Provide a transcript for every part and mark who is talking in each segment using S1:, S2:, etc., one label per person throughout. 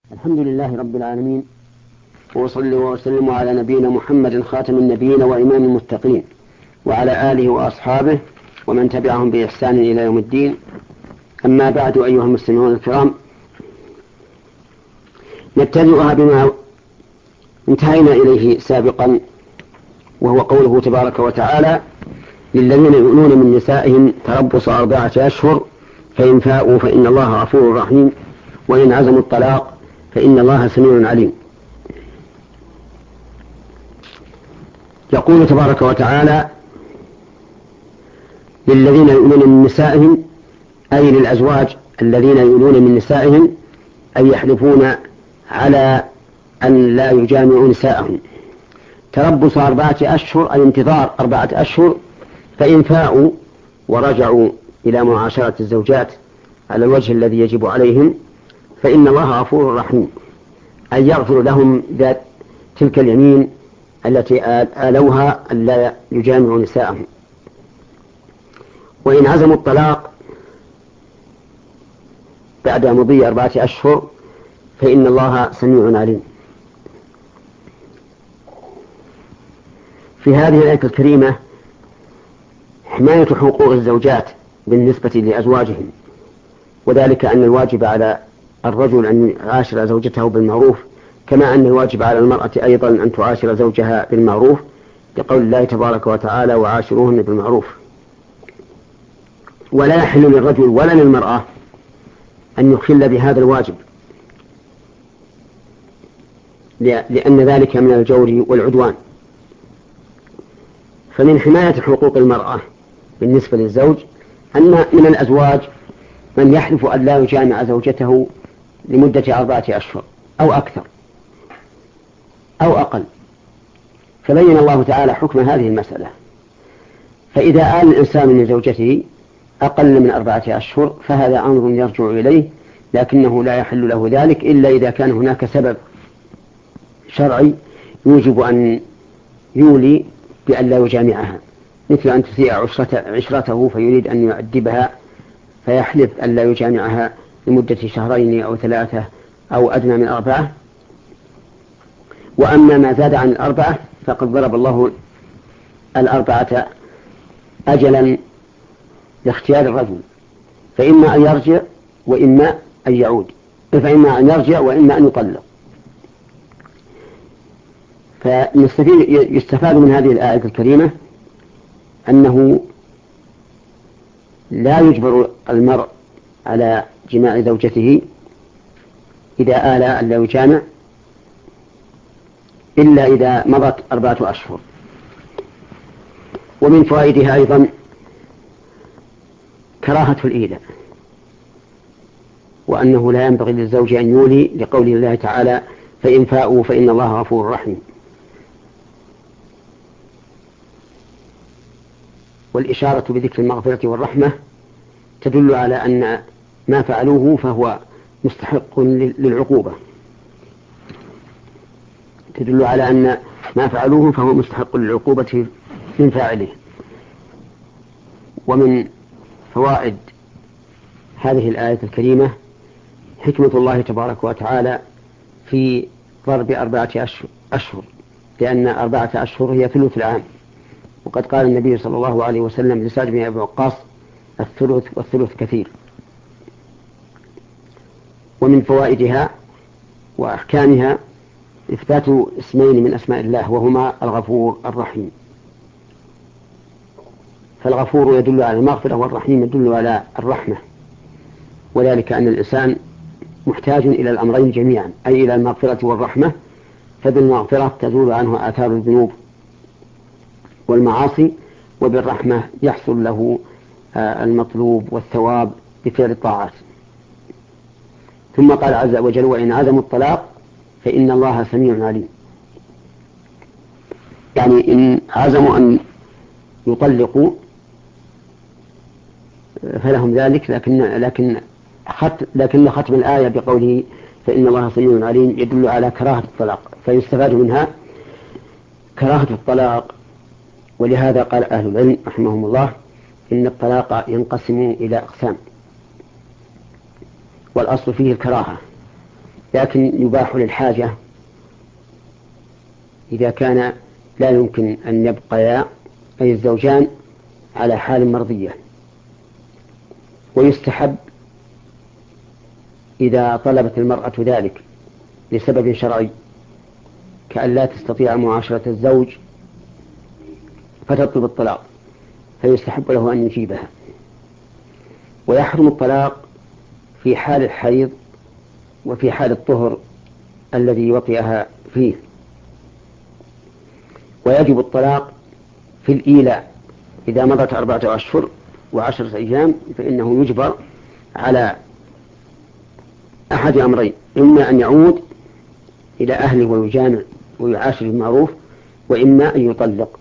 S1: الحمد لله رب العالمين، وأصلي وأسلم على نبينا محمد خاتم النبيين وإمام المتقين، وعلى آله وأصحابه ومن تبعهم بإحسان إلى يوم الدين. أما بعد، أيها المسلمون الكرام، نبتدئها بما انتهينا إليه سابقا، وهو قوله تبارك وتعالى: للذين يؤلون من نسائهم تربص 4 أشهر فإن فاءوا فإن الله غفور رحيم وإن عزموا الطلاق فإن الله سميع عليم. يقول تبارك وتعالى: للذين يؤلون من نسائهم، أي للأزواج الذين يؤلون من نسائهم، أي يحلفون على أن لا يجامعوا نساءهم. تربص 4 أشهر أي انتظار 4 أشهر، فإن فاءوا ورجعوا إلى معاشرة الزوجات على الوجه الذي يجب عليهم فإن الله غفور رحيم، أي يغفر لهم ذات تلك اليمين التي آلوها أن لا يجامعوا نساءهم. وإن عزموا الطلاق بعد مضي 4 أشهر فإن الله سميع عليم. في هذه الآية الكريمة حماية حقوق الزوجات بالنسبة لأزواجهم، وذلك أن الواجب على الرجل أن يعاشر زوجته بالمعروف، كما أن الواجب على المرأة أيضا أن تعاشر زوجها بالمعروف، لقول الله تبارك وتعالى: وعاشروهن بالمعروف. ولا يحل للرجل ولا للمرأة أن يخل بهذا الواجب، لأن ذلك من الجور والعدوان. فمن حماية حقوق المرأة بالنسبة للزوج أن من الأزواج من يحلف أن لا يجامع زوجته لمدة 4 أشهر أو أكثر أو أقل، فبين الله تعالى حكم هذه المسألة. فإذا آل الإنسان من زوجته أقل من 4 أشهر فهذا أمر يرجع إليه، لكنه لا يحل له ذلك إلا إذا كان هناك سبب شرعي يوجب أن يولي بأن لا يجامعها، مثل أن تسيء عشرته فيريد أن يؤدبها فيحلف أن لا يجامعها لمدة 2 أو 3 أو أدنى من 4. وأما ما زاد عن 4 فقد ضرب الله 4 أجلا لاختيار الرجل، فإما أن يرجع وإما أن يعود، فإما أن يرجع وإما أن يطلق. فيستفاد من هذه الآية الكريمة أنه لا يجبر المرء على جماع زوجته إذا آل أن لا يجامع إلا إذا مضت 4 أشهر. ومن فوائدها أيضا كراهة الإيلاء، وأنه لا ينبغي للزوج أن يولي، لقول الله تعالى: فإن فاءوا فإن الله غفور رحيم. والإشارة بذكر المغفرة والرحمة تدل على أن ما فعلوه فهو مستحق للعقوبة، تدل على أن ما فعلوه فهو مستحق للعقوبة من فاعله. ومن فوائد هذه الآية الكريمة حكمة الله تبارك وتعالى في ضرب 4 أشهر، لأن 4 أشهر هي ثلث العام، وقد قال النبي صلى الله عليه وسلم لسعد بن أبي وقاص: الثلث والثلث كثير. ومن فوائدها وأحكامها إثبات اسمين من أسماء الله، وهما الغفور الرحيم. فالغفور يدل على المغفرة، والرحيم يدل على الرحمة، وذلك أن الإنسان محتاج إلى الأمرين جميعا، أي إلى المغفرة والرحمة، فبالمغفرة تزول عنه آثار الذنوب والمعاصي، وبالرحمة يحصل له المطلوب والثواب بفعل الطاعات. ثم قال عز وجل: وإن عزموا الطلاق فإن الله سميع عليم. يعني إن عزموا أن يطلقوا فلهم ذلك، لكن ختم الآية بقوله فإن الله سميع عليم يدل على كراهة الطلاق، فيستفاد منها كراهة الطلاق. ولهذا قال أهل العلم رحمهم الله: إن الطلاق ينقسم إلى أقسام، والأصل فيه الكراهة، لكن يباح للحاجة إذا كان لا يمكن أن يبقيا أي الزوجان على حال مرضية. ويستحب إذا طلبت المرأة ذلك لسبب شرعي كأن لا تستطيع معاشرة الزوج فتطلب الطلاق، فيستحب له أن يجيبها. ويحرم الطلاق في حال الحيض وفي حال الطهر الذي وطئها فيه. ويجب الطلاق في الإيلاء إذا مضت 4 أشهر و10 أيام، فإنه يجبر على أحد أمرين: إما أن يعود إلى أهله ويجامع ويعاشر بالمعروف، وإما أن يطلق.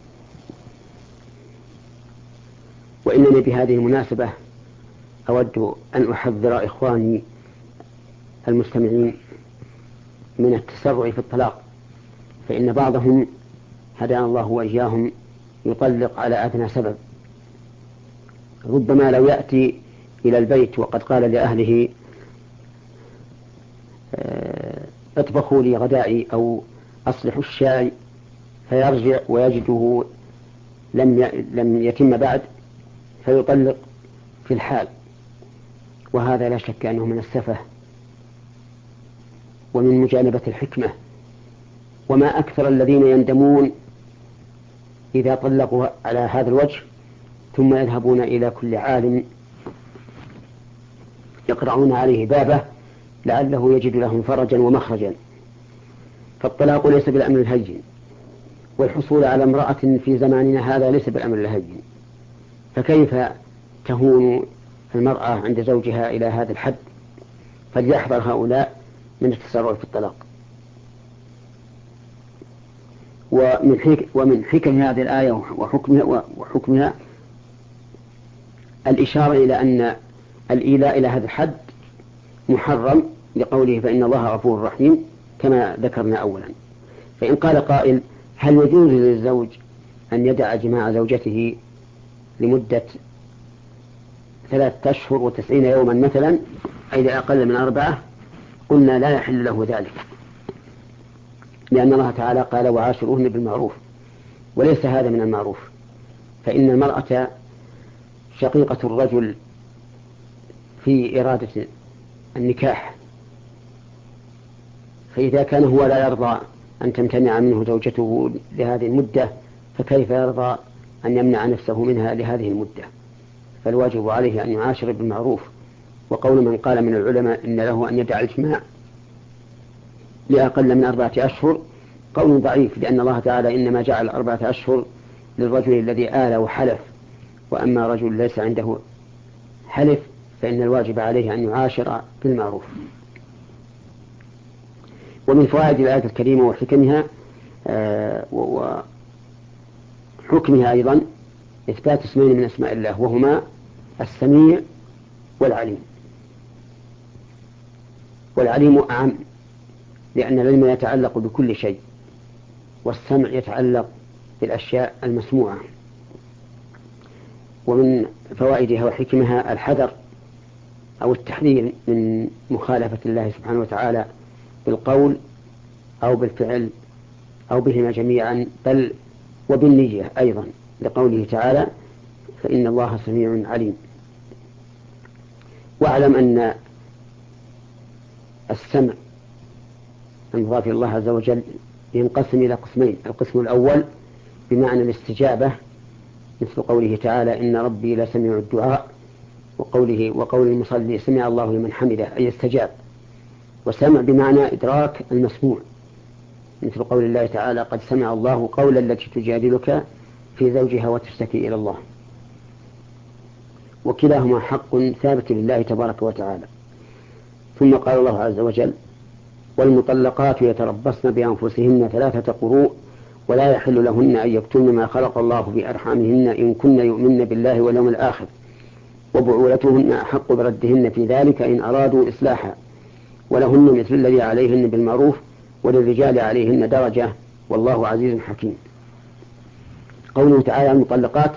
S1: وإنني بهذه المناسبة أود أن أحذر إخواني المستمعين من التسرع في الطلاق، فإن بعضهم هدانا الله وإياهم يطلق على أدنى سبب. ربما لو يأتي إلى البيت وقد قال لأهله اطبخوا لي غدائي أو أصلحوا الشاي، فيرجع ويجده لم يتم بعد، فيطلق في الحال. وهذا لا شك أنه من السفه ومن مجانبة الحكمة. وما أكثر الذين يندمون إذا طلقوا على هذا الوجه ثم يذهبون إلى كل عالم يقرعون عليه بابه لعله يجد لهم فرجا ومخرجا. فالطلاق ليس بالأمر الهين، والحصول على امرأة في زماننا هذا ليس بالأمر الهين، فكيف تهون المرأة عند زوجها إلى هذا الحد؟ فليحذر هؤلاء من التسرع في الطلاق. ومن حكم هذه الآية وحكمها الإشارة إلى أن الإيلاء إلى هذا الحد محرم لقوله فإن الله غفور رحيم كما ذكرنا أولا. فإن قال قائل: هل يجوز للزوج أن يدع جماع زوجته لمدة 3 أشهر و90 يوما مثلا، أي لأقل من 4؟ قلنا لا يحل له ذلك، لأن الله تعالى قال وعاشروهن بالمعروف، وليس هذا من المعروف. فإن المرأة شقيقة الرجل في إرادة النكاح، فإذا كان هو لا يرضى أن تمتنع منه زوجته لهذه المدة، فكيف يرضى أن يمنع نفسه منها لهذه المدة؟ فالواجب عليه أن يعاشر بالمعروف. وقول من قال من العلماء إن له أن يدع الجماع لأقل من 4 أشهر قول ضعيف، لأن الله تعالى إنما جعل 4 أشهر للرجل الذي آل وحلف، وأما رجل ليس عنده حلف فإن الواجب عليه أن يعاشر بالمعروف. ومن فوائد الآية الكريمة وحكمها وحكمها أيضا إثبات اسمين من أسماء الله، وهما السميع والعليم. والعليم أعم، لأن العلم يتعلق بكل شيء، والسمع يتعلق بالأشياء المسموعة. ومن فوائدها وحكمها الحذر أو التحذير من مخالفة الله سبحانه وتعالى بالقول أو بالفعل أو بهما جميعا، بل وبالنية أيضا، لقوله تعالى فإن الله سميع عليم. واعلم أن السمع المضاف إلى الله عز وجل ينقسم إلى قسمين: القسم الأول بمعنى الاستجابة، مثل قوله تعالى إن ربي لسميع الدعاء، وقول المصلي سمع الله لمن حمده، أي استجاب. وسمع بمعنى إدراك المسموع، مثل قول الله تعالى قد سمع الله قول التي تجادلك في زوجها وتشتكي إلى الله. وكلاهما حق ثابت لله تبارك وتعالى. ثم قال الله عز وجل والمطلقات يتربصن بأنفسهن 3 قروء ولا يحل لهن أن يكتمن ما خلق الله في أرحامهن إن كن يؤمن بالله واليوم الآخر وبعولتهن أحق بردهن في ذلك إن أرادوا إصلاحا ولهن مثل الذي عليهن بالمعروف وللرجال عليهن درجة والله عزيز حكيم. قوله تعالى المطلقات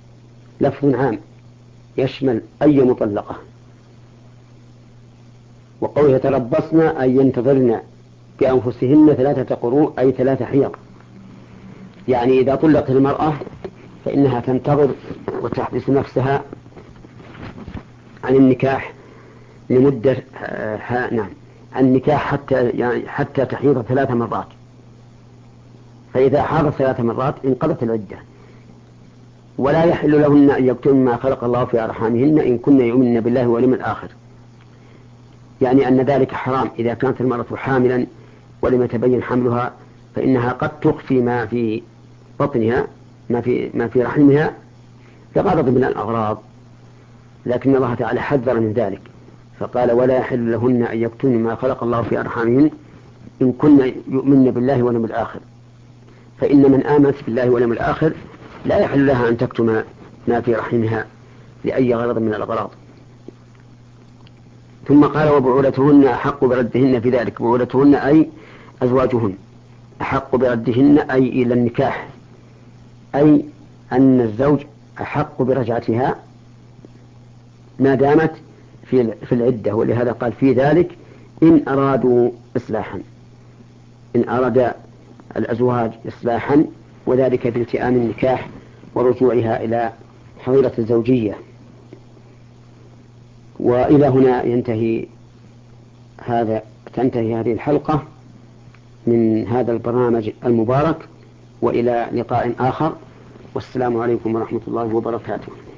S1: لفظ عام يشمل أي مطلقة، وقوله يتربصن أي ينتظرن بأنفسهن 3 قروء أي 3 حيض، يعني إذا طلقت المرأة فإنها تنتظر وتحبس نفسها عن النكاح لمدة نعم عن النكاح حتى تحيض 3 مرات، فإذا حاضت 3 مرات انقضت العدة. ولا يحل لهن أن يكتمن ما خلق الله في أرحامهن إن كن يؤمن بالله واليوم الآخر، يعني أن ذلك حرام. إذا كانت المرأة حاملا ولم يتبين حملها فإنها قد تخفي ما في بطنها ما في رحمها لغرض من الأغراض، لكن الله تعالى حذر من ذلك فقال ولا يحل لهن أن يكتمن ما خلق الله في أرحامهن إن كن يؤمن بالله واليوم الآخر، فإن من آمنت بالله واليوم الآخر لا يحل لها أن تكتم ما في رحمها لأي غرض من الأغراض. ثم قال وبعولتهن أحق بردهن في ذلك. بعولتهن أي أزواجهن أحق بردهن أي إلى النكاح، أي أن الزوج أحق برجعتها ما دامت في العدة. ولهذا قال في ذلك إن أرادوا إصلاحا، إن أراد الأزواج إصلاحا، وذلك بالتئام النكاح ورجوعها إلى حظيرة الزوجية. وإلى هنا تنتهي هذه الحلقة من هذا البرنامج المبارك، وإلى لقاء آخر، والسلام عليكم ورحمة الله وبركاته.